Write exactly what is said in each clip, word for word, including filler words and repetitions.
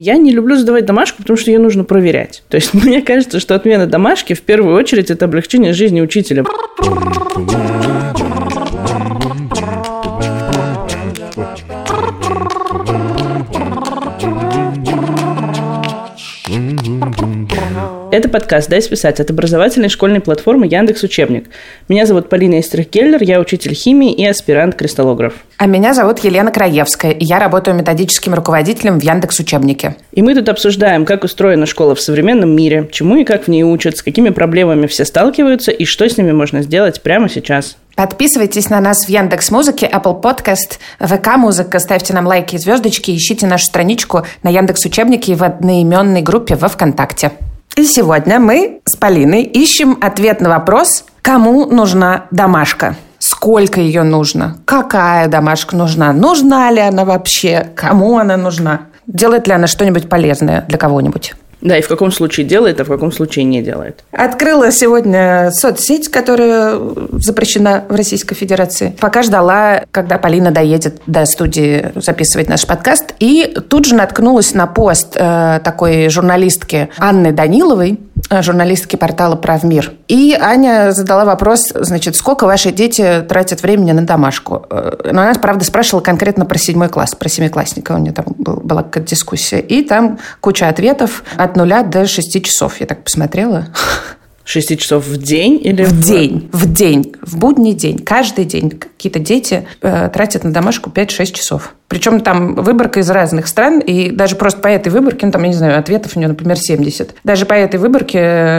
Я не люблю сдавать домашку, потому что ее нужно проверять. То есть мне кажется, что отмена домашки в первую очередь это облегчение жизни учителя. Это подкаст «Дай списать» от образовательной школьной платформы Яндекс.Учебник. Меня зовут Полина Истрих-Келлер, я учитель химии и аспирант-кристаллограф. А меня зовут Елена Краевская, и я работаю методическим руководителем в Яндекс.Учебнике. И мы тут обсуждаем, как устроена школа в современном мире, чему и как в ней учат, с какими проблемами все сталкиваются и что с ними можно сделать прямо сейчас. Подписывайтесь на нас в Яндекс.Музыке, Apple Podcast, ВК-музыка, ставьте нам лайки и звездочки, ищите нашу страничку на Яндекс.Учебнике и в одноименной группе во ВКонтакте. И сегодня мы с Полиной ищем ответ на вопрос, кому нужна домашка, сколько ее нужно, какая домашка нужна, нужна ли она вообще, кому она нужна, делает ли она что-нибудь полезное для кого-нибудь. Да, и в каком случае делает, а в каком случае не делает. Открыла сегодня соцсеть, которая запрещена в Российской Федерации. Пока ждала, когда Полина доедет до студии записывать наш подкаст. И тут же наткнулась на пост э, такой журналистки Анны Даниловой, журналистки портала «Правмир». И Аня задала вопрос, значит, сколько ваши дети тратят времени на домашку? Но она, правда, спрашивала конкретно про седьмой класс, про семиклассника. У нее там была какая-то дискуссия. И там куча ответов от нуля до шести часов. Я так посмотрела. Шести часов в день или в... В день. В день. В будний день. Каждый день какие-то дети э, тратят на домашку пять-шесть часов. Причем там выборка из разных стран, и даже просто по этой выборке, ну, там, я не знаю, ответов у нее, например, семьдесят. Даже по этой выборке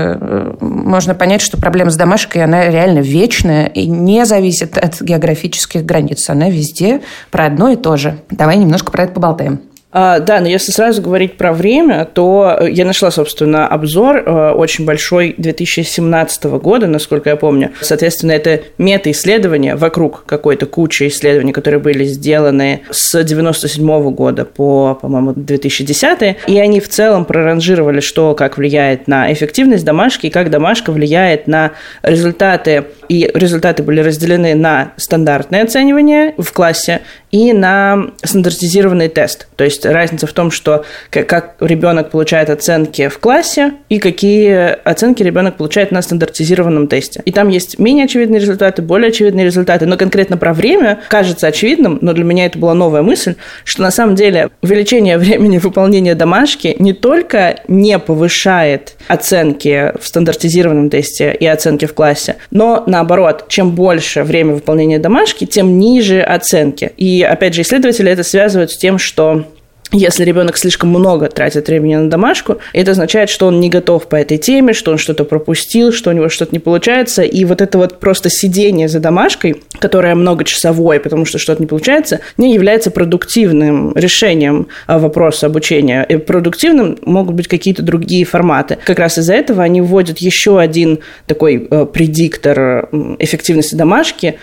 э, можно понять, что проблема с домашкой, она реально вечная и не зависит от географических границ. Она везде про одно и то же. Давай немножко про это поболтаем. А, да, но если сразу говорить про время, то я нашла, собственно, обзор э, очень большой две тысячи семнадцатого года, насколько я помню. Соответственно, это мета-исследования вокруг какой-то кучи исследований, которые были сделаны с девяносто седьмого года по, по-моему, две тысячи десятый. И они в целом проранжировали, что как влияет на эффективность домашки и как домашка влияет на результаты. И результаты были разделены на стандартное оценивание в классе и на стандартизированный тест. То есть разница в том, что как ребенок получает оценки в классе и какие оценки ребенок получает на стандартизированном тесте. И там есть менее очевидные результаты, более очевидные результаты. Но конкретно про время кажется очевидным, но для меня это была новая мысль, что на самом деле увеличение времени выполнения домашки не только не повышает оценки в стандартизированном тесте и оценки в классе, но наоборот, чем больше время выполнения домашки, тем ниже оценки. И опять же, исследователи это связывают с тем, что если ребенок слишком много тратит времени на домашку, это означает, что он не готов по этой теме, что он что-то пропустил, что у него что-то не получается. И вот это вот просто сидение за домашкой, которое многочасовое, потому что что-то не получается, не является продуктивным решением вопроса обучения. И продуктивным могут быть какие-то другие форматы. Как раз из-за этого они вводят еще один такой э, предиктор эффективности домашки.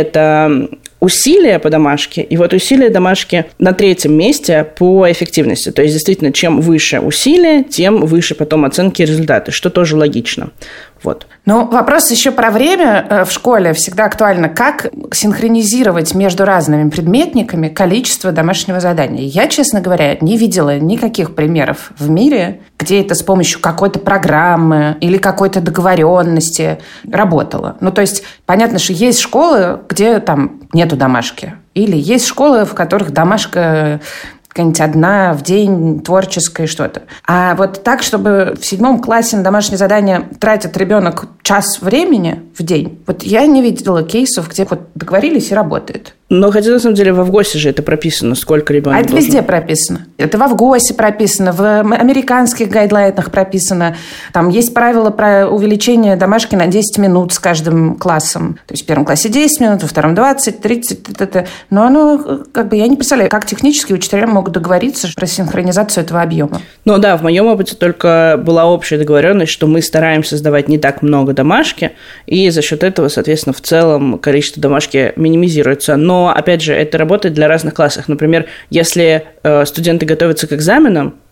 Это усилия по домашке, и вот усилия домашки на третьем месте по эффективности. То есть, действительно, чем выше усилия, тем выше потом оценки и результаты, что тоже логично. Вот. Ну, вопрос еще про время в школе всегда актуально. Как синхронизировать между разными предметниками количество домашнего задания? Я, честно говоря, не видела никаких примеров в мире, где это с помощью какой-то программы или какой-то договоренности работало. Ну, то есть, понятно, что есть школы, где там нету домашки. Или есть школы, в которых домашка какая-нибудь одна в день, творческое что-то. А вот так, чтобы в седьмом классе на домашнее задание тратит ребенок час времени в день, вот я не видела кейсов, где вот договорились и работает. Но хотя, на самом деле, в ВГОСе же это прописано, сколько ребенок А это должен... везде прописано. Это в ВГОСе прописано, в американских гайдлайнах прописано. Там есть правило про увеличение домашки на десять минут с каждым классом. То есть в первом классе десять минут, во втором двадцать, тридцать. Т-т-т. Но оно, как бы, я не представляю, как технически учителя могут договориться про синхронизацию этого объема. Ну да, в моем опыте только была общая договоренность, что мы стараемся сдавать не так много домашки, и за счет этого, соответственно, в целом количество домашки минимизируется. Но Но, опять же, это работает для разных классов. Например, если э, студенты готовятся к экзаменам,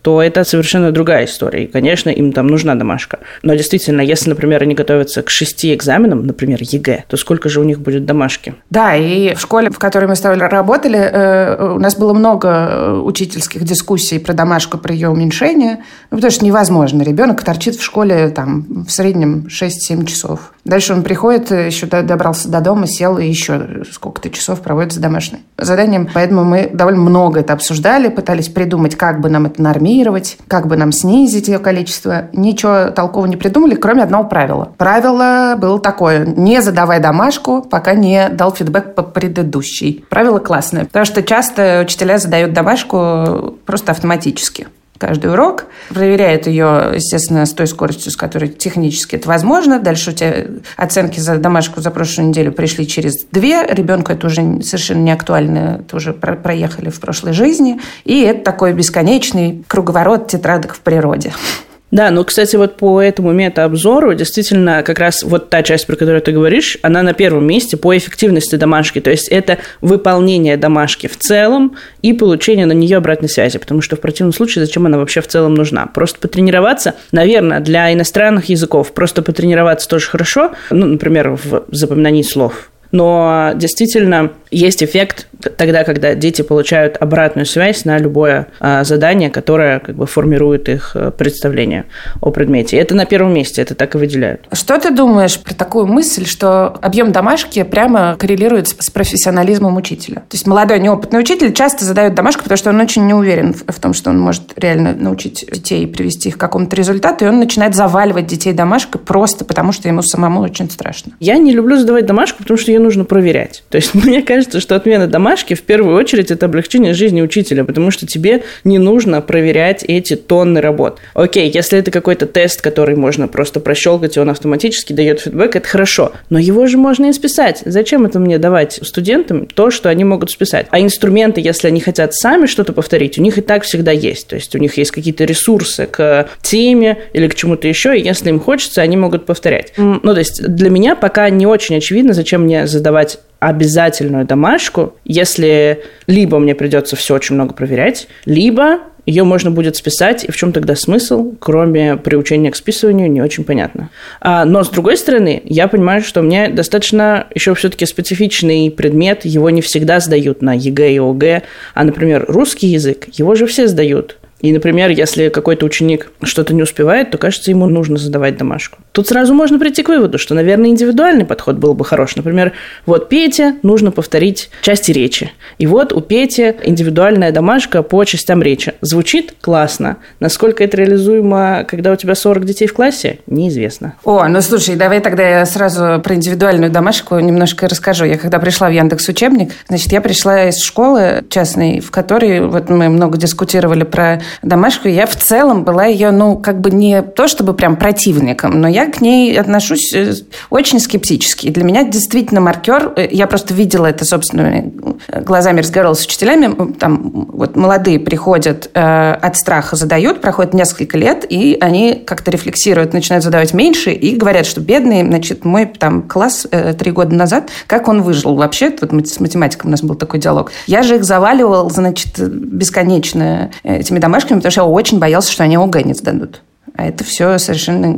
то это совершенно другая история. И, конечно, им там нужна домашка. Но действительно, если, например, они готовятся к шести экзаменам, например, ЕГЭ, то сколько же у них будет домашки? Да, и в школе, в которой мы с тобой работали, у нас было много учительских дискуссий про домашку, про ее уменьшение, ну, потому что невозможно. Ребенок торчит в школе там, в среднем шесть-семь часов. Дальше он приходит, еще добрался до дома, сел и еще сколько-то часов проводит за домашним заданием. Поэтому мы довольно много это обсуждали, пытались придумать, как бы нам это нормировать, как бы нам снизить ее количество. Ничего толкового не придумали, кроме одного правила. Правило было такое: не задавай домашку, пока не дал фидбэк по предыдущей. Правило классное, потому что часто учителя задают домашку просто автоматически. Каждый урок, проверяет ее, естественно, с той скоростью, с которой технически это возможно. Дальше у тебя оценки за домашку за прошлую неделю пришли через две. Ребенку это уже совершенно не актуально, это уже проехали в прошлой жизни. И это такой бесконечный круговорот тетрадок в природе. Да, ну, кстати, вот по этому мета-обзору действительно как раз вот та часть, про которую ты говоришь, она на первом месте по эффективности домашки. То есть это выполнение домашки в целом и получение на нее обратной связи, потому что в противном случае зачем она вообще в целом нужна? Просто потренироваться, наверное, для иностранных языков просто потренироваться тоже хорошо, ну, например, в запоминании слов. Но действительно есть эффект тогда, когда дети получают обратную связь на любое а, задание, которое как бы формирует их а, представление о предмете. И это на первом месте, это так и выделяют. Что ты думаешь про такую мысль, что объем домашки прямо коррелирует с, с профессионализмом учителя? То есть молодой неопытный учитель часто задает домашку, потому что он очень не уверен в, в том, что он может реально научить детей и привести их к какому-то результату, и он начинает заваливать детей домашкой просто потому, что ему самому очень страшно. Я не люблю задавать домашку, потому что ее нужно проверять. То есть мне кажется, что отмена домашки в первую очередь это облегчение жизни учителя, потому что тебе не нужно проверять эти тонны работ. Окей, если это какой-то тест, который можно просто прощелкать, и он автоматически дает фидбэк, это хорошо. Но его же можно и списать. Зачем это мне давать студентам то, что они могут списать? А инструменты, если они хотят сами что-то повторить, у них и так всегда есть. То есть у них есть какие-то ресурсы к теме или к чему-то еще, и если им хочется, они могут повторять. Ну, то есть для меня пока не очень очевидно, зачем мне задавать обязательную домашку, если либо мне придется все очень много проверять, либо ее можно будет списать, и в чем тогда смысл, кроме приучения к списыванию, не очень понятно. А, но, с другой стороны, я понимаю, что мне достаточно еще все-таки специфичный предмет, его не всегда сдают на ЕГЭ и ОГЭ, а, например, русский язык, его же все сдают. И, например, если какой-то ученик что-то не успевает, то, кажется, ему нужно задавать домашку. Тут сразу можно прийти к выводу, что, наверное, индивидуальный подход был бы хорош. Например, вот Пете нужно повторить части речи. И вот у Пети индивидуальная домашка по частям речи. Звучит классно. Насколько это реализуемо, когда у тебя сорок детей в классе, неизвестно. О, ну слушай, давай тогда я сразу про индивидуальную домашку немножко расскажу. Я когда пришла в Яндекс.Учебник, значит, я пришла из школы частной, в которой вот мы много дискутировали про домашку. Я в целом была ее, ну, как бы не то чтобы прям противником, но я к ней отношусь очень скептически. И для меня действительно маркер, я просто видела это собственными глазами, разговаривала с учителями, там вот молодые приходят э, от страха, задают, проходит несколько лет, и они как-то рефлексируют, начинают задавать меньше и говорят, что бедный, значит, мой там класс э, три года назад, как он выжил вообще, вот с математиком у нас был такой диалог. Я же их заваливал, значит, бесконечно этими домашками, потому что я очень боялся, что они ОГЭ не сдадут. А это все совершенно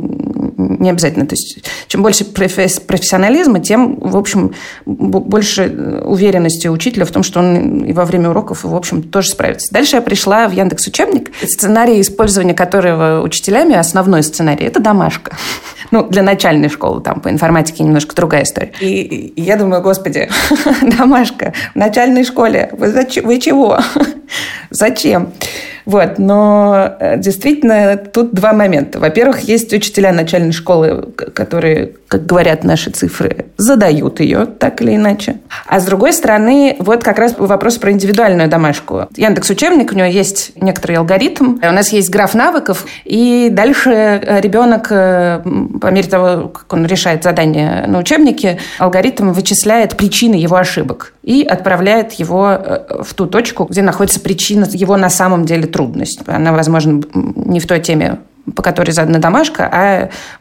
не обязательно. То есть, чем больше профессионализма, тем, в общем, больше уверенности у учителя в том, что он и во время уроков, в общем, тоже справится. Дальше я пришла в Яндекс.Учебник. Сценарий использования которого учителями, основной сценарий, это домашка. Ну, для начальной школы, там, по информатике немножко другая история. И, и я думаю, господи, домашка в начальной школе, вы, зачем, вы чего? Зачем? Вот, но действительно тут два момента. Во-первых, есть учителя начальной школы, которые, как говорят наши цифры, задают ее так или иначе. А с другой стороны, вот как раз вопрос про индивидуальную домашку. Яндекс.Учебник, у него есть некоторый алгоритм, у нас есть граф навыков, и дальше ребенок, по мере того, как он решает задание на учебнике, алгоритм вычисляет причины его ошибок и отправляет его в ту точку, где находится причина его на самом деле трудность. Она, возможно, не в той теме, по которой задана домашка, а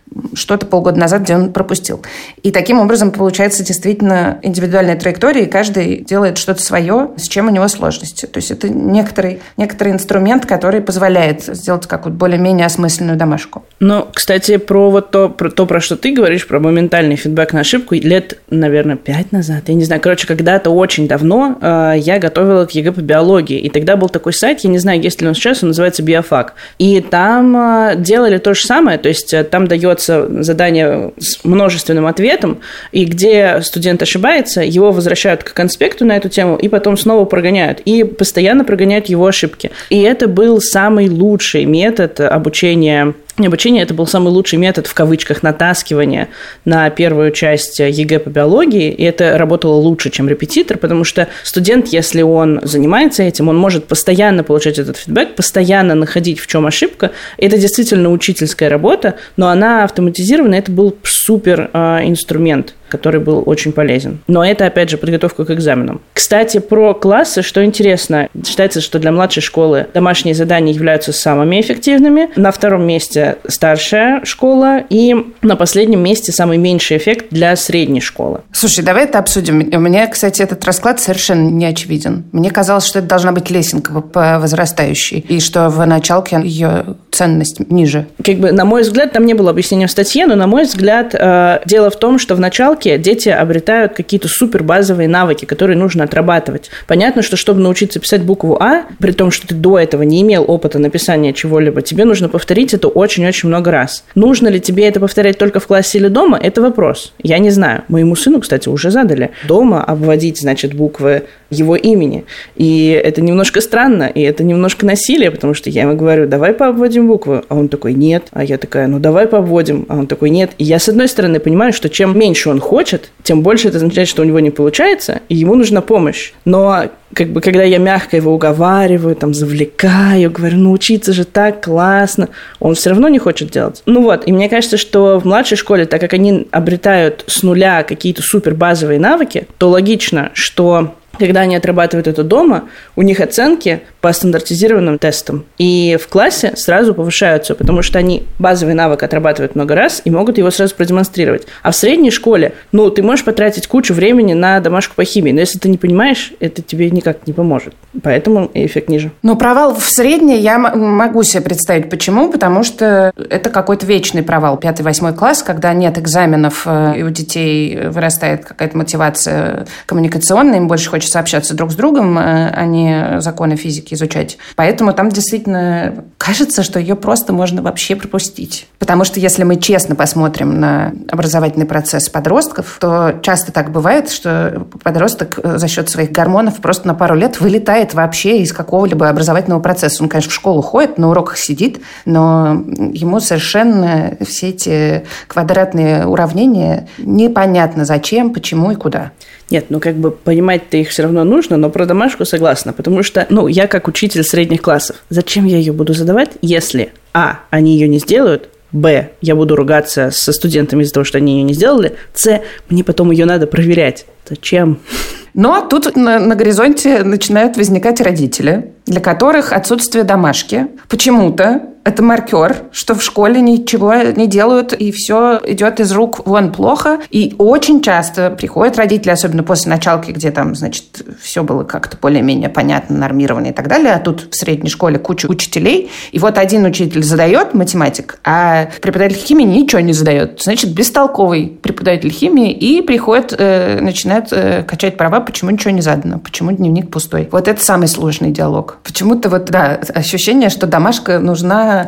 что-то полгода назад, где он пропустил. И таким образом получается действительно индивидуальная траектория, и каждый делает что-то свое, с чем у него сложности. То есть это некоторый, некоторый инструмент, который позволяет сделать какую-то более-менее осмысленную домашку. Ну, кстати, про вот то про, то, про что ты говоришь, про моментальный фидбэк на ошибку, лет, наверное, пять назад, я не знаю, короче, когда-то очень давно э, я готовила к ЕГЭ по биологии, и тогда был такой сайт, я не знаю, есть ли он сейчас, он называется Биофак, и там э, делали то же самое, то есть э, там дается задание с множественным ответом, и где студент ошибается, его возвращают к конспекту на эту тему, и потом снова прогоняют, и постоянно прогоняют его ошибки. И это был самый лучший метод обучения. Не обучение, это был самый лучший метод, в кавычках, натаскивания на первую часть ЕГЭ по биологии, и это работало лучше, чем репетитор, потому что студент, если он занимается этим, он может постоянно получать этот фидбэк, постоянно находить, в чем ошибка. Это действительно учительская работа, но она автоматизирована, это был супер э, инструмент, который был очень полезен. Но это, опять же, подготовка к экзаменам. Кстати, про классы, что интересно, считается, что для младшей школы домашние задания являются самыми эффективными. На втором месте старшая школа, и на последнем месте самый меньший эффект для средней школы. Слушай, давай это обсудим. У меня, кстати, этот расклад совершенно не очевиден. Мне казалось, что это должна быть лесенка по возрастающей, и что в началке ее ценность ниже. Как бы, на мой взгляд, там не было объяснения в статье, но, на мой взгляд, э, дело в том, что в началке дети обретают какие-то супер базовые навыки, которые нужно отрабатывать. Понятно, что чтобы научиться писать букву А, при том, что ты до этого не имел опыта написания чего-либо, тебе нужно повторить это очень-очень много раз. Нужно ли тебе это повторять только в классе или дома, это вопрос. Я не знаю. Моему сыну, кстати, уже задали дома обводить, значит, буквы его имени. И это немножко странно, и это немножко насилие, потому что я ему говорю, давай пообводим буквы. А он такой, нет. А я такая, ну давай пообводим. А он такой, нет. И я, с одной стороны, понимаю, что чем меньше он хочет, тем больше это означает, что у него не получается, и ему нужна помощь. Но как бы, когда я мягко его уговариваю, там, завлекаю, говорю, ну учиться же так классно, он все равно не хочет делать. Ну вот, и мне кажется, что в младшей школе, так как они обретают с нуля какие-то супер базовые навыки, то логично, что когда они отрабатывают это дома, у них оценки по стандартизированным тестам. И в классе сразу повышаются, потому что они базовый навык отрабатывают много раз и могут его сразу продемонстрировать. А в средней школе, ну, ты можешь потратить кучу времени на домашку по химии, но если ты не понимаешь, это тебе никак не поможет. Поэтому эффект ниже. Ну, провал в средней я могу себе представить. Почему? Потому что это какой-то вечный провал. Пятый-восьмой класс, когда нет экзаменов, и у детей вырастает какая-то мотивация коммуникационная, им больше хочется общаться друг с другом, а не законы физики изучать. Поэтому там действительно кажется, что ее просто можно вообще пропустить. Потому что если мы честно посмотрим на образовательный процесс подростков, то часто так бывает, что подросток за счет своих гормонов просто на пару лет вылетает вообще из какого-либо образовательного процесса. Он, конечно, в школу ходит, на уроках сидит, но ему совершенно все эти квадратные уравнения непонятно зачем, почему и куда. Нет, ну как бы понимать-то их все равно нужно, но про домашку согласна, потому что, ну, я как учитель средних классов, зачем я ее буду задавать, если, а, они ее не сделают, б, я буду ругаться со студентами из-за того, что они ее не сделали, с, мне потом ее надо проверять. Зачем? Но тут на, на горизонте начинают возникать родители, для которых отсутствие домашки почему-то это маркер, что в школе ничего не делают, и все идет из рук вон плохо. И очень часто приходят родители, особенно после началки, где там, значит, все было как-то более-менее понятно, нормировано и так далее. А тут в средней школе куча учителей. И вот один учитель задает, математик, а преподаватель химии ничего не задает. Значит, бестолковый преподаватель химии, и приходит, э, начинает э, качать права, почему ничего не задано, почему дневник пустой. Вот это самый сложный диалог. Почему-то вот, да, ощущение, что домашка нужна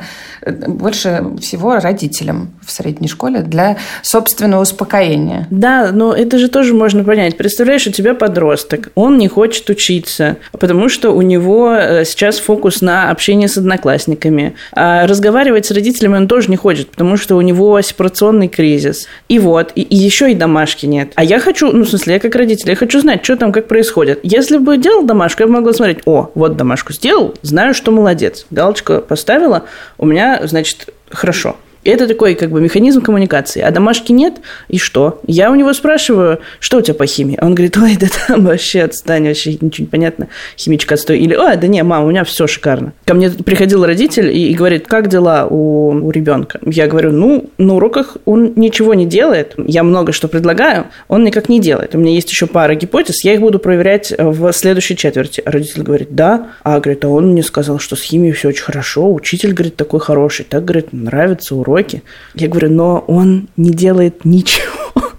больше всего родителям в средней школе для собственного успокоения. Да, но это же тоже можно понять. Представляешь, у тебя подросток, он не хочет учиться, потому что у него сейчас фокус на общение с одноклассниками. А разговаривать с родителями он тоже не хочет, потому что у него сепарационный кризис. И вот, и, и еще и домашки нет. А я хочу, ну, в смысле, я как родитель, я хочу знать, что там, как происходит. Если бы делал домашку, я бы могла смотреть, о, вот домашку сделал, знаю, что молодец. Галочку поставила, у меня, значит, хорошо. И это такой как бы механизм коммуникации. А домашки нет, и что? Я у него спрашиваю, что у тебя по химии? Он говорит, ой, да там вообще отстань, вообще ничего не понятно, химичка отстой. Или, ой, да не, мама, у меня все шикарно. Ко мне приходил родитель и, и говорит, как дела у, у ребенка? Я говорю, ну, на уроках он ничего не делает, я много что предлагаю, он никак не делает. У меня есть еще пара гипотез, я их буду проверять в следующей четверти. А родитель говорит, да. А, говорит, а он мне сказал, что с химией все очень хорошо, учитель, говорит, такой хороший, так, говорит, нравятся уроки. Я говорю, но он не делает ничего.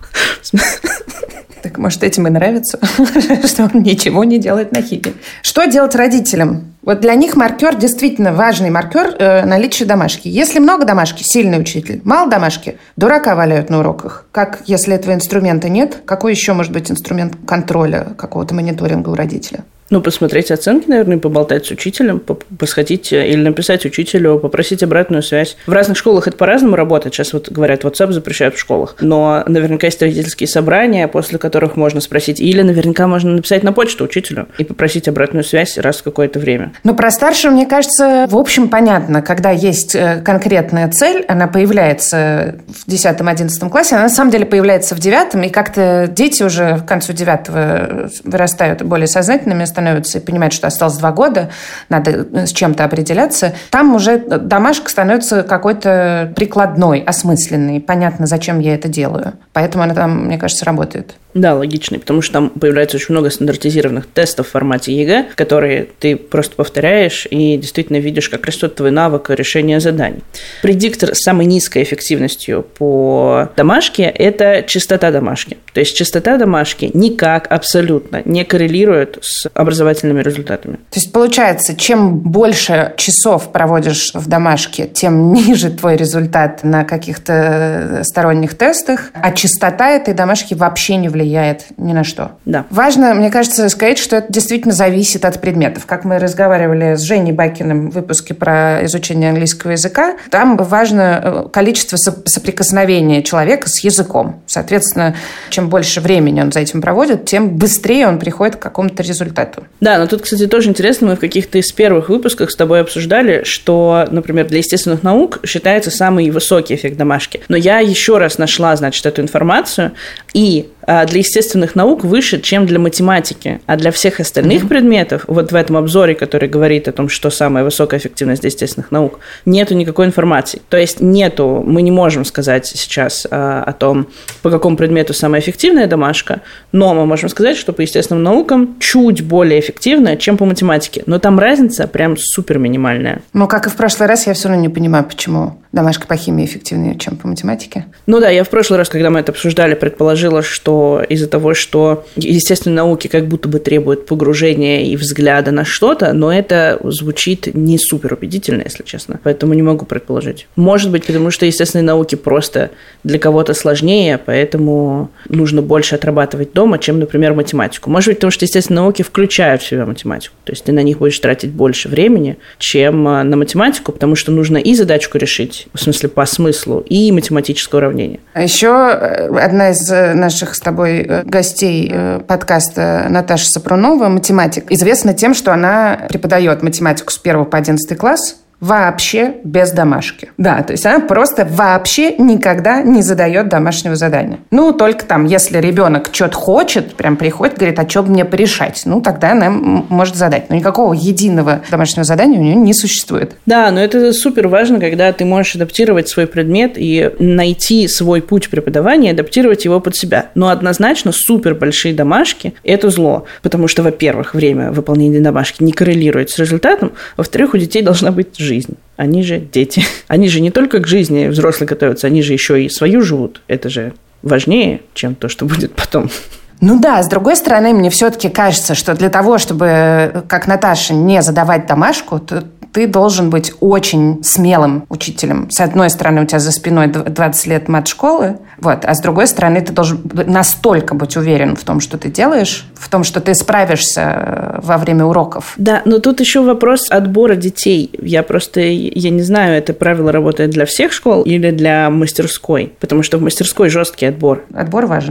Так, может, этим и нравится, что он ничего не делает на химии. Что делать родителям? Вот для них маркер, действительно важный маркер э, наличия домашки. Если много домашки, сильный учитель. Мало домашки, дурака валяют на уроках. Как, если этого инструмента нет, какой еще может быть инструмент контроля, какого-то мониторинга у родителя? Ну, посмотреть оценки, наверное, поболтать с учителем, посходить или написать учителю, попросить обратную связь. В разных школах это по-разному работает. Сейчас вот говорят, WhatsApp запрещают в школах. Но наверняка есть родительские собрания, после которых можно спросить. Или наверняка можно написать на почту учителю и попросить обратную связь раз в какое-то время. Ну, про старшего, мне кажется, в общем, понятно. Когда есть конкретная цель, она появляется в десятом-одиннадцатом классе, она на самом деле появляется в девятом, и как-то дети уже к концу девятого вырастают более сознательными, становятся и понимают, что осталось два года, надо с чем-то определяться. Там уже домашка становится какой-то прикладной, осмысленной. Понятно, зачем я это делаю. Поэтому она там, мне кажется, работает. Да, логичный, потому что там появляется очень много стандартизированных тестов в формате ЕГЭ, которые ты просто повторяешь и действительно видишь, как растет твой навык решения заданий. Предиктор с самой низкой эффективностью по домашке – это частота домашки. То есть частота домашки никак абсолютно не коррелирует с образовательными результатами. То есть получается, чем больше часов проводишь в домашке, тем ниже твой результат на каких-то сторонних тестах, а частота этой домашки вообще не влияет. влияет ни на что. Да. Важно, мне кажется, сказать, что это действительно зависит от предметов. Как мы разговаривали с Женей Бакиным в выпуске про изучение английского языка, там важно количество соприкосновения человека с языком. Соответственно, чем больше времени он за этим проводит, тем быстрее он приходит к какому-то результату. Да, но тут, кстати, тоже интересно, мы в каких-то из первых выпусках с тобой обсуждали, что, например, для естественных наук считается самый высокий эффект домашки. Но я еще раз нашла, значит, эту информацию, и для естественных наук выше, чем для математики. А для всех остальных mm-hmm. предметов, вот в этом обзоре, который говорит о том, что самая высокая эффективность для естественных наук, нету никакой информации. То есть нету, мы не можем сказать сейчас а, о том, по какому предмету самая эффективная домашка, но мы можем сказать, что по естественным наукам чуть более эффективная, чем по математике. Но там разница прям супер минимальная. Ну, как и в прошлый раз, я все равно не понимаю, почему домашка по химии эффективнее, чем по математике. Ну да, я в прошлый раз, когда мы это обсуждали, предположила, что из-за того, что естественные науки как будто бы требуют погружения и взгляда на что-то, но это звучит не супер убедительно, если честно. Поэтому не могу предположить. Может быть, потому что естественные науки просто для кого-то сложнее, поэтому нужно больше отрабатывать дома, чем, например, математику. Может быть, потому что естественные науки включают в себя математику. То есть ты на них будешь тратить больше времени, чем на математику, потому что нужно и задачку решить, в смысле по смыслу, и математическое уравнение. А еще одна из наших с тобой гостей подкаста Наташа Сапрунова, математик, известна тем, что она преподает математику с первого по одиннадцатый класс вообще без домашки. Да, то есть она просто вообще никогда не задает домашнего задания. Ну, только там, если ребенок что-то хочет, прям приходит, говорит, а что бы мне порешать? Ну, тогда она может задать. Но никакого единого домашнего задания у нее не существует. Да, но это супер важно, когда ты можешь адаптировать свой предмет и найти свой путь преподавания, адаптировать его под себя. Но однозначно супер большие домашки – это зло. Потому что, во-первых, время выполнения домашки не коррелирует с результатом. Во-вторых, у детей должна быть жизнь. Жизнь. Они же дети. Они же не только к жизни взрослые готовятся, они же еще и свою живут. Это же важнее, чем то, что будет потом. Ну да, с другой стороны, мне все-таки кажется, что для того, чтобы, как Наташа, не задавать домашку, то ты должен быть очень смелым учителем. С одной стороны, у тебя за спиной двадцать лет мат-школы, вот, а с другой стороны, ты должен настолько быть уверен в том, что ты делаешь, в том, что ты справишься во время уроков. Да, но тут еще вопрос отбора детей. Я просто, я не знаю, это правило работает для всех школ или для мастерской, потому что в мастерской жесткий отбор. Отбор важен, да.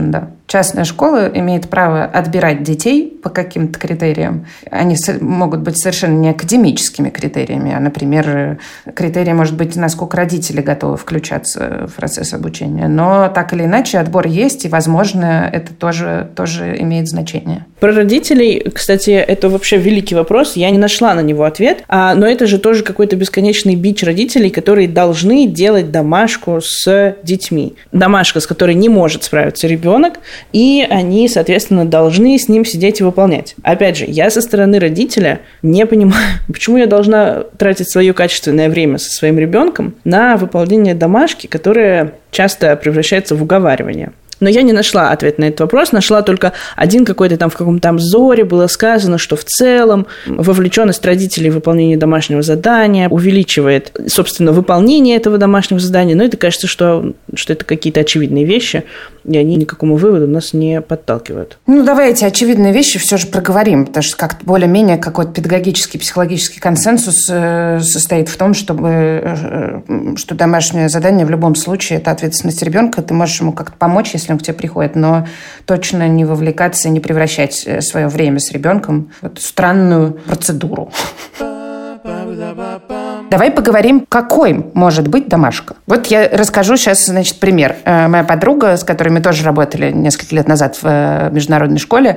Частная школа имеет право отбирать детей по каким-то критериям. Они могут быть совершенно не академическими критериями, а, например, критерий может быть, насколько родители готовы включаться в процесс обучения. Но так или иначе отбор есть, и, возможно, это тоже, тоже имеет значение. Про родителей, кстати, это вообще великий вопрос. Я не нашла на него ответ. А, но это же тоже какой-то бесконечный бич родителей, которые должны делать домашку с детьми. Домашка, с которой не может справиться ребенок, и они, соответственно, должны с ним сидеть и выполнять. Опять же, я со стороны родителя не понимаю, почему я должна тратить свое качественное время со своим ребенком на выполнение домашки, которая часто превращается в уговаривание. Но я не нашла ответ на этот вопрос, нашла только один какой-то там в каком-то там зоре было сказано, что в целом вовлеченность родителей в выполнение домашнего задания увеличивает, собственно, выполнение этого домашнего задания. Но это кажется, что, что это какие-то очевидные вещи, и они ни к какому выводу нас не подталкивают. Ну, давай эти очевидные вещи все же проговорим, потому что как-то более-менее какой-то педагогический, психологический консенсус состоит в том, чтобы, что домашнее задание в любом случае – это ответственность ребенка, ты можешь ему как-то помочь, если он к тебе приходит, но точно не вовлекаться и не превращать свое время с ребенком в эту странную процедуру. Давай поговорим, какой может быть домашка. Вот я расскажу сейчас, значит, пример. Моя подруга, с которой мы тоже работали несколько лет назад в международной школе,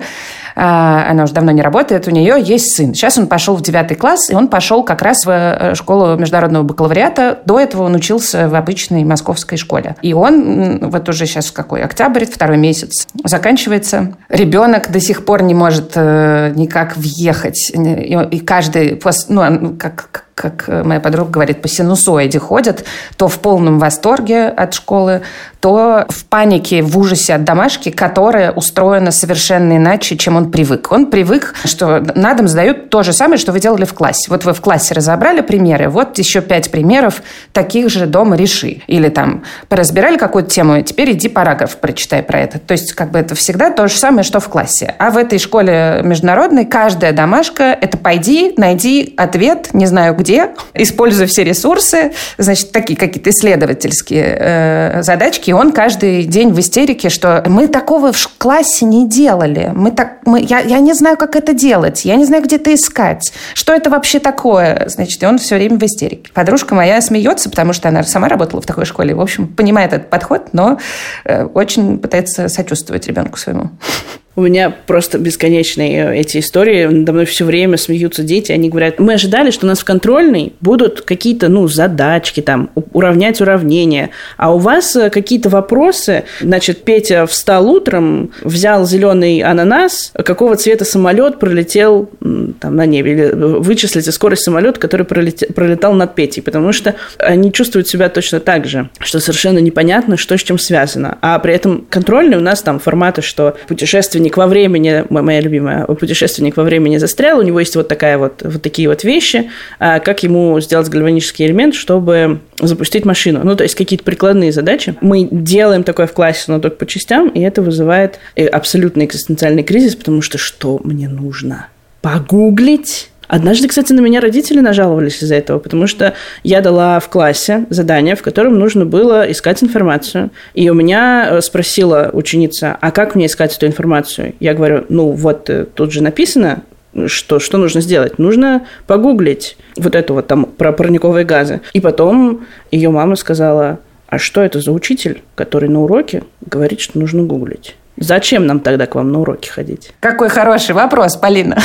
она уже давно не работает, у нее есть сын. Сейчас он пошел в девятый класс, и он пошел как раз в школу международного бакалавриата. До этого он учился в обычной московской школе. И он, вот уже сейчас какой, октябрь, второй месяц заканчивается. Ребенок до сих пор не может никак въехать. И каждый, ну, как... как моя подруга говорит, по синусоиде ходят, то в полном восторге от школы, то в панике, в ужасе от домашки, которая устроена совершенно иначе, чем он привык. Он привык, что на дом сдают то же самое, что вы делали в классе. Вот вы в классе разобрали примеры, вот еще пять примеров таких же дома реши. Или там поразбирали какую-то тему, теперь иди параграф прочитай про это. То есть как бы это всегда то же самое, что в классе. А в этой школе международной каждая домашка – это пойди, найди ответ, не знаю где, используя все ресурсы, значит, такие какие-то исследовательские э, задачки. И он каждый день в истерике, что мы такого в классе не делали. Мы так, мы, я, я не знаю, как это делать. Я не знаю, где это искать. Что это вообще такое? Значит, и он все время в истерике. Подружка моя смеется, потому что она сама работала в такой школе. В общем, понимает этот подход, но э, очень пытается сочувствовать ребенку своему. У меня просто бесконечные эти истории. Надо мной все время смеются дети. Они говорят, мы ожидали, что у нас в контрольной будут какие-то, ну, задачки, там, уравнять уравнения. А у вас какие-то вопросы. Значит, Петя встал утром, взял зеленый ананас, какого цвета самолет пролетел там, на небе. Или вычислите скорость самолета, который пролетел, пролетал над Петей. Потому что они чувствуют себя точно так же, что совершенно непонятно, что с чем связано. А при этом контрольные у нас там форматы, что путешественник во времени, моя любимая, путешественник во времени застрял, у него есть вот, такая вот, вот такие вот вещи, как ему сделать гальванический элемент, чтобы запустить машину. Ну, то есть какие-то прикладные задачи. Мы делаем такое в классе, но только по частям, и это вызывает абсолютный экзистенциальный кризис, потому что что мне нужно? Погуглить? Однажды, кстати, на меня родители нажаловались из-за этого, потому что я дала в классе задание, в котором нужно было искать информацию. И у меня спросила ученица, а как мне искать эту информацию? Я говорю, ну вот тут же написано, что, что нужно сделать. Нужно погуглить вот это вот там про парниковые газы. И потом ее мама сказала, а что это за учитель, который на уроке говорит, что нужно гуглить? Зачем нам тогда к вам на уроки ходить? Какой хороший вопрос, Полина.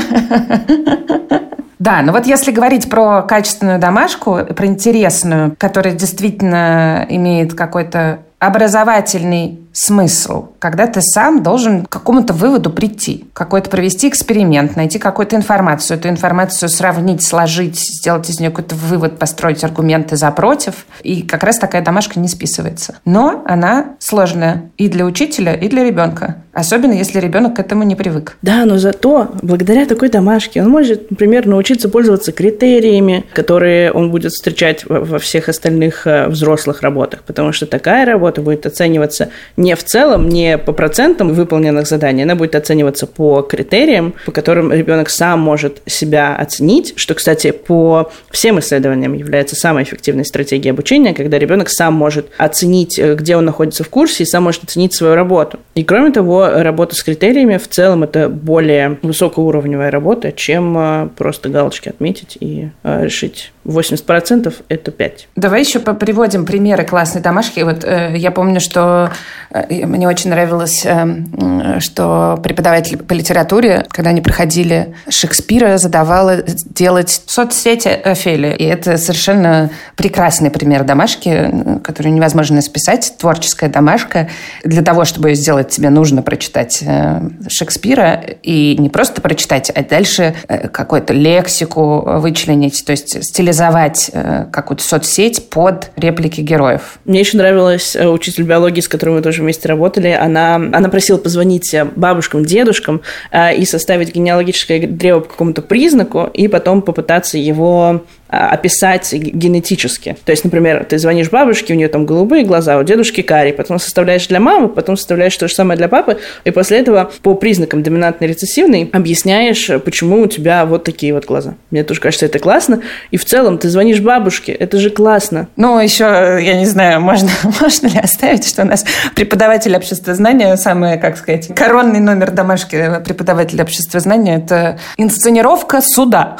Да, но вот если говорить про качественную домашку, про интересную, которая действительно имеет какой-то образовательный смысл, когда ты сам должен к какому-то выводу прийти, какой-то провести эксперимент, найти какую-то информацию, эту информацию сравнить, сложить, сделать из нее какой-то вывод, построить аргументы за, против. И как раз такая домашка не списывается. Но она сложная и для учителя, и для ребенка. Особенно, если ребенок к этому не привык. Да, но зато благодаря такой домашке он может, например, научиться пользоваться критериями, которые он будет встречать во всех остальных взрослых работах. Потому что такая работа работа будет оцениваться не в целом, не по процентам выполненных заданий, она будет оцениваться по критериям, по которым ребенок сам может себя оценить, что, кстати, по всем исследованиям является самой эффективной стратегией обучения, когда ребенок сам может оценить, где он находится в курсе, и сам может оценить свою работу. И, кроме того, работа с критериями в целом это более высокоуровневая работа, чем просто галочки отметить и решить. восемьдесят процентов это пять. Давай еще приводим примеры классной домашки. Вот э, я помню, что э, мне очень нравилось, э, что преподаватель по литературе, когда они проходили Шекспира, задавала делать соцсети Офелии. И это совершенно прекрасный пример домашки, которую невозможно списать. Творческая домашка. Для того, чтобы ее сделать, тебе нужно прочитать э, Шекспира. И не просто прочитать, а дальше э, какую-то лексику вычленить. То есть стилизовать э, какую-то соцсеть под реплики героев. Мне еще нравилась учитель биологии, с которой мы тоже вместе работали. Она, она просила позвонить бабушкам, дедушкам э, и составить генеалогическое древо по какому-то признаку, и потом попытаться его описать генетически. То есть, например, ты звонишь бабушке, у нее там голубые глаза, у дедушки карие, потом составляешь для мамы, потом составляешь то же самое для папы, и после этого по признакам доминантной рецессивной объясняешь, почему у тебя вот такие вот глаза. Мне тоже кажется, это классно. И в целом ты звонишь бабушке, это же классно. Ну, еще, я не знаю, можно, можно ли оставить, что у нас преподаватель обществознания, самый, как сказать, коронный номер домашки преподавателя обществознания, это инсценировка суда.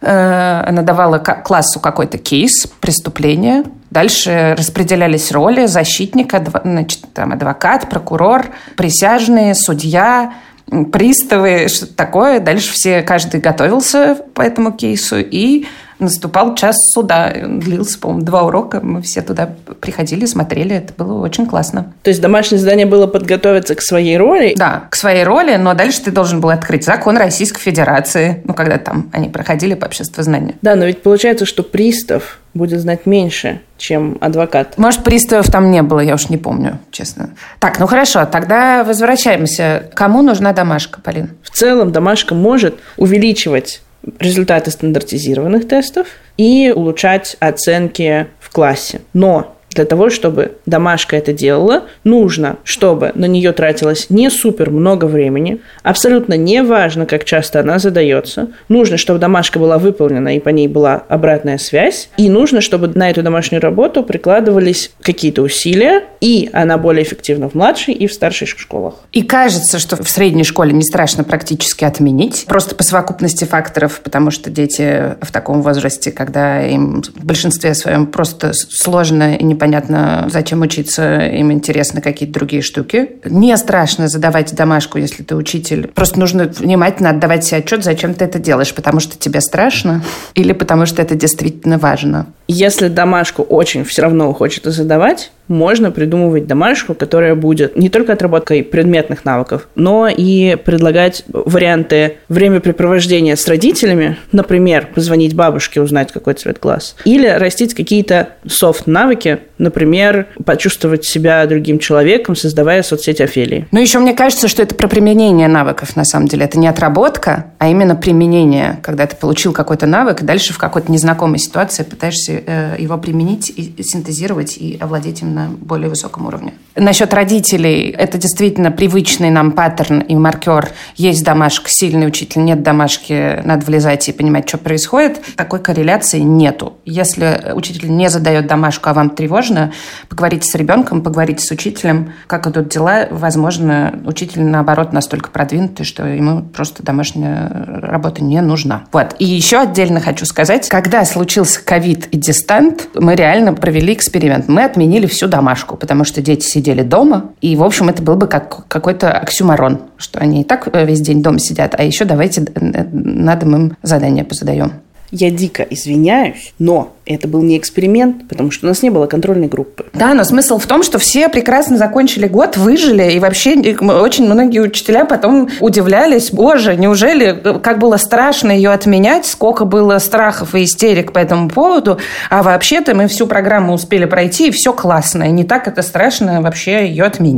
Она давала классу какой-то кейс, преступление. Дальше распределялись роли: защитник, адв... значит, там, адвокат, прокурор, присяжные, судья, приставы, что-то такое. Дальше все, каждый готовился по этому кейсу, и наступал час суда. Он длился, по-моему, два урока. Мы все туда приходили, смотрели. Это было очень классно. То есть домашнее задание было подготовиться к своей роли? Да, к своей роли, но дальше ты должен был открыть закон Российской Федерации, ну, когда там они проходили по обществознанию. Да, но ведь получается, что пристав будет знать меньше, чем адвокат. Может, приставов там не было, я уж не помню, честно. Так, ну хорошо, тогда возвращаемся. Кому нужна домашка, Полин? В целом домашка может увеличивать результаты стандартизированных тестов и улучшать оценки в классе. Но для того, чтобы домашка это делала, нужно, чтобы на нее тратилось не супер много времени, абсолютно не важно, как часто она задается, нужно, чтобы домашка была выполнена и по ней была обратная связь, и нужно, чтобы на эту домашнюю работу прикладывались какие-то усилия, и она более эффективна в младшей и в старшей школах. И кажется, что в средней школе не страшно практически отменить, просто по совокупности факторов, потому что дети в таком возрасте, когда им в большинстве своем просто сложно и непонятно, Понятно, зачем учиться, им интересны какие-то другие штуки. Не страшно задавать домашку, если ты учитель. Просто нужно внимательно отдавать себе отчет, зачем ты это делаешь. Потому что тебе страшно или потому что это действительно важно. Если домашку очень все равно хочется задавать, можно придумывать домашку, которая будет не только отработкой предметных навыков, но и предлагать варианты времяпрепровождения с родителями, например, позвонить бабушке, узнать, какой цвет глаз, или растить какие-то софт-навыки, например, почувствовать себя другим человеком, создавая соцсеть Офелии. Ну, еще мне кажется, что это про применение навыков, на самом деле. Это не отработка, а именно применение, когда ты получил какой-то навык, и дальше в какой-то незнакомой ситуации пытаешься э, его применить и синтезировать, и овладеть им на более высоком уровне. Насчет родителей. Это действительно привычный нам паттерн и маркер. Есть домашка, сильный учитель, нет домашки, надо влезать и понимать, что происходит. Такой корреляции нету. Если учитель не задает домашку, а вам тревожно, поговорите с ребенком, поговорите с учителем, как идут дела. Возможно, учитель, наоборот, настолько продвинутый, что ему просто домашняя работа не нужна. Вот. И еще отдельно хочу сказать, когда случился ковид и дистант, мы реально провели эксперимент. Мы отменили всю домашку, потому что дети сидели дома, и, в общем, это был бы как какой-то оксюморон, что они и так весь день дома сидят, а еще давайте на дом им задания позадаем. Я дико извиняюсь, но это был не эксперимент, потому что у нас не было контрольной группы. Да, но смысл в том, что все прекрасно закончили год, выжили, и вообще очень многие учителя потом удивлялись: боже, неужели как было страшно ее отменять, сколько было страхов и истерик по этому поводу, а вообще-то мы всю программу успели пройти, и все классно, и не так это страшно вообще ее отменить.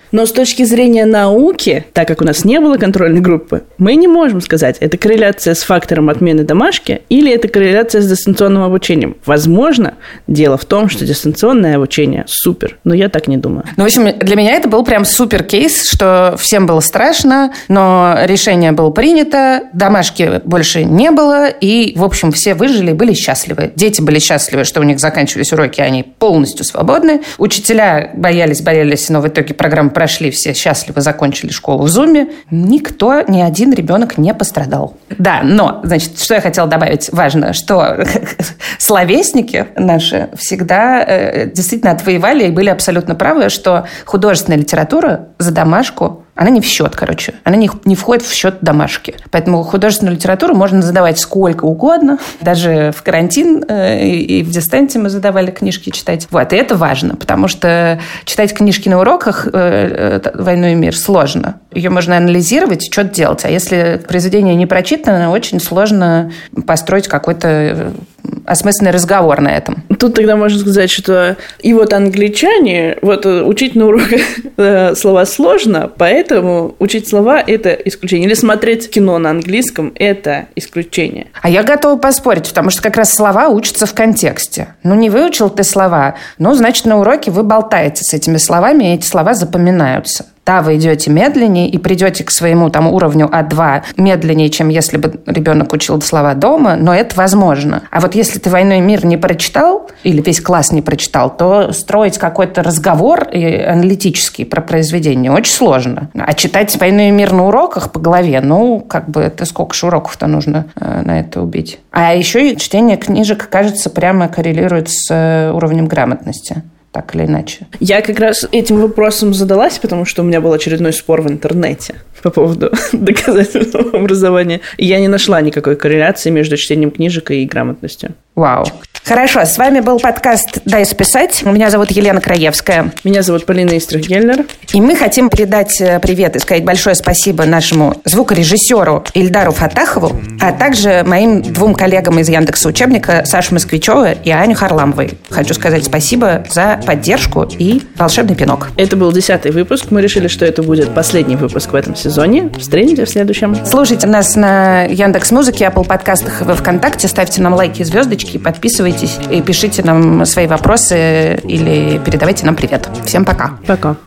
Но с точки зрения науки, так как у нас не было контрольной группы, мы не можем сказать, это корреляция с фактором отмены домашки или это корреляция с дистанционным обучением. Возможно, дело в том, что дистанционное обучение супер, но я так не думаю. Ну, в общем, для меня это был прям супер кейс, что всем было страшно, но решение было принято, домашки больше не было, и, в общем, все выжили и были счастливы. Дети были счастливы, что у них заканчивались уроки, они полностью свободны. Учителя боялись, боялись, но в итоге программы прошли, все счастливо закончили школу в Зуме. Никто, ни один ребенок не пострадал. Да, но, значит, что я хотела добавить, важно, что словесники наши всегда э, действительно отвоевали и были абсолютно правы, что художественная литература за домашку, она не в счет, короче. Она не, не входит в счет домашки. Поэтому художественную литературу можно задавать сколько угодно. Даже в карантин э, и, и в дистанте мы задавали книжки читать. Вот, и это важно, потому что читать книжки на уроках э, э, «Войну и мир» сложно. Ее можно анализировать, что-то делать. А если произведение не прочитано, очень сложно построить какой-то осмысленный разговор на этом. Тут тогда можно сказать, что и вот англичане, вот учить на уроках слова сложно, поэтому учить слова – это исключение. Или смотреть кино на английском – это исключение. А я готова поспорить, потому что как раз слова учатся в контексте. Ну, не выучил ты слова, ну, значит, на уроке вы болтаете с этими словами, и эти слова запоминаются. Да, вы идете медленнее и придете к своему там уровню а два медленнее, чем если бы ребенок учил слова дома, но это возможно. А вот если ты «Войну и мир» не прочитал, или весь класс не прочитал, то строить какой-то разговор аналитический про произведение очень сложно. А читать «Войну и мир» на уроках по голове, ну, как бы, это сколько же уроков-то нужно э, на это убить. А еще и чтение книжек, кажется, прямо коррелирует с э, уровнем грамотности. Так или иначе. Я как раз этим вопросом задалась, потому что у меня был очередной спор в интернете по поводу доказательного образования. И я не нашла никакой корреляции между чтением книжек и грамотностью. Вау. Хорошо, с вами был подкаст «Дай списать». Меня зовут Елена Краевская. Меня зовут Полина Истрих-Гельнер. И мы хотим передать привет и сказать большое спасибо нашему звукорежиссеру Ильдару Фатахову, а также моим двум коллегам из Яндекса.Учебника Саше Москвичевой и Ане Харламовой. Хочу сказать спасибо за поддержку и волшебный пинок. Это был десятый выпуск. Мы решили, что это будет последний выпуск в этом сезоне. Встретимся в следующем. Слушайте нас на Яндекс.Музыке, Apple подкастах и во ВКонтакте. Ставьте нам лайки и звездочки, подписывайтесь и пишите нам свои вопросы или передавайте нам привет. Всем пока. Пока.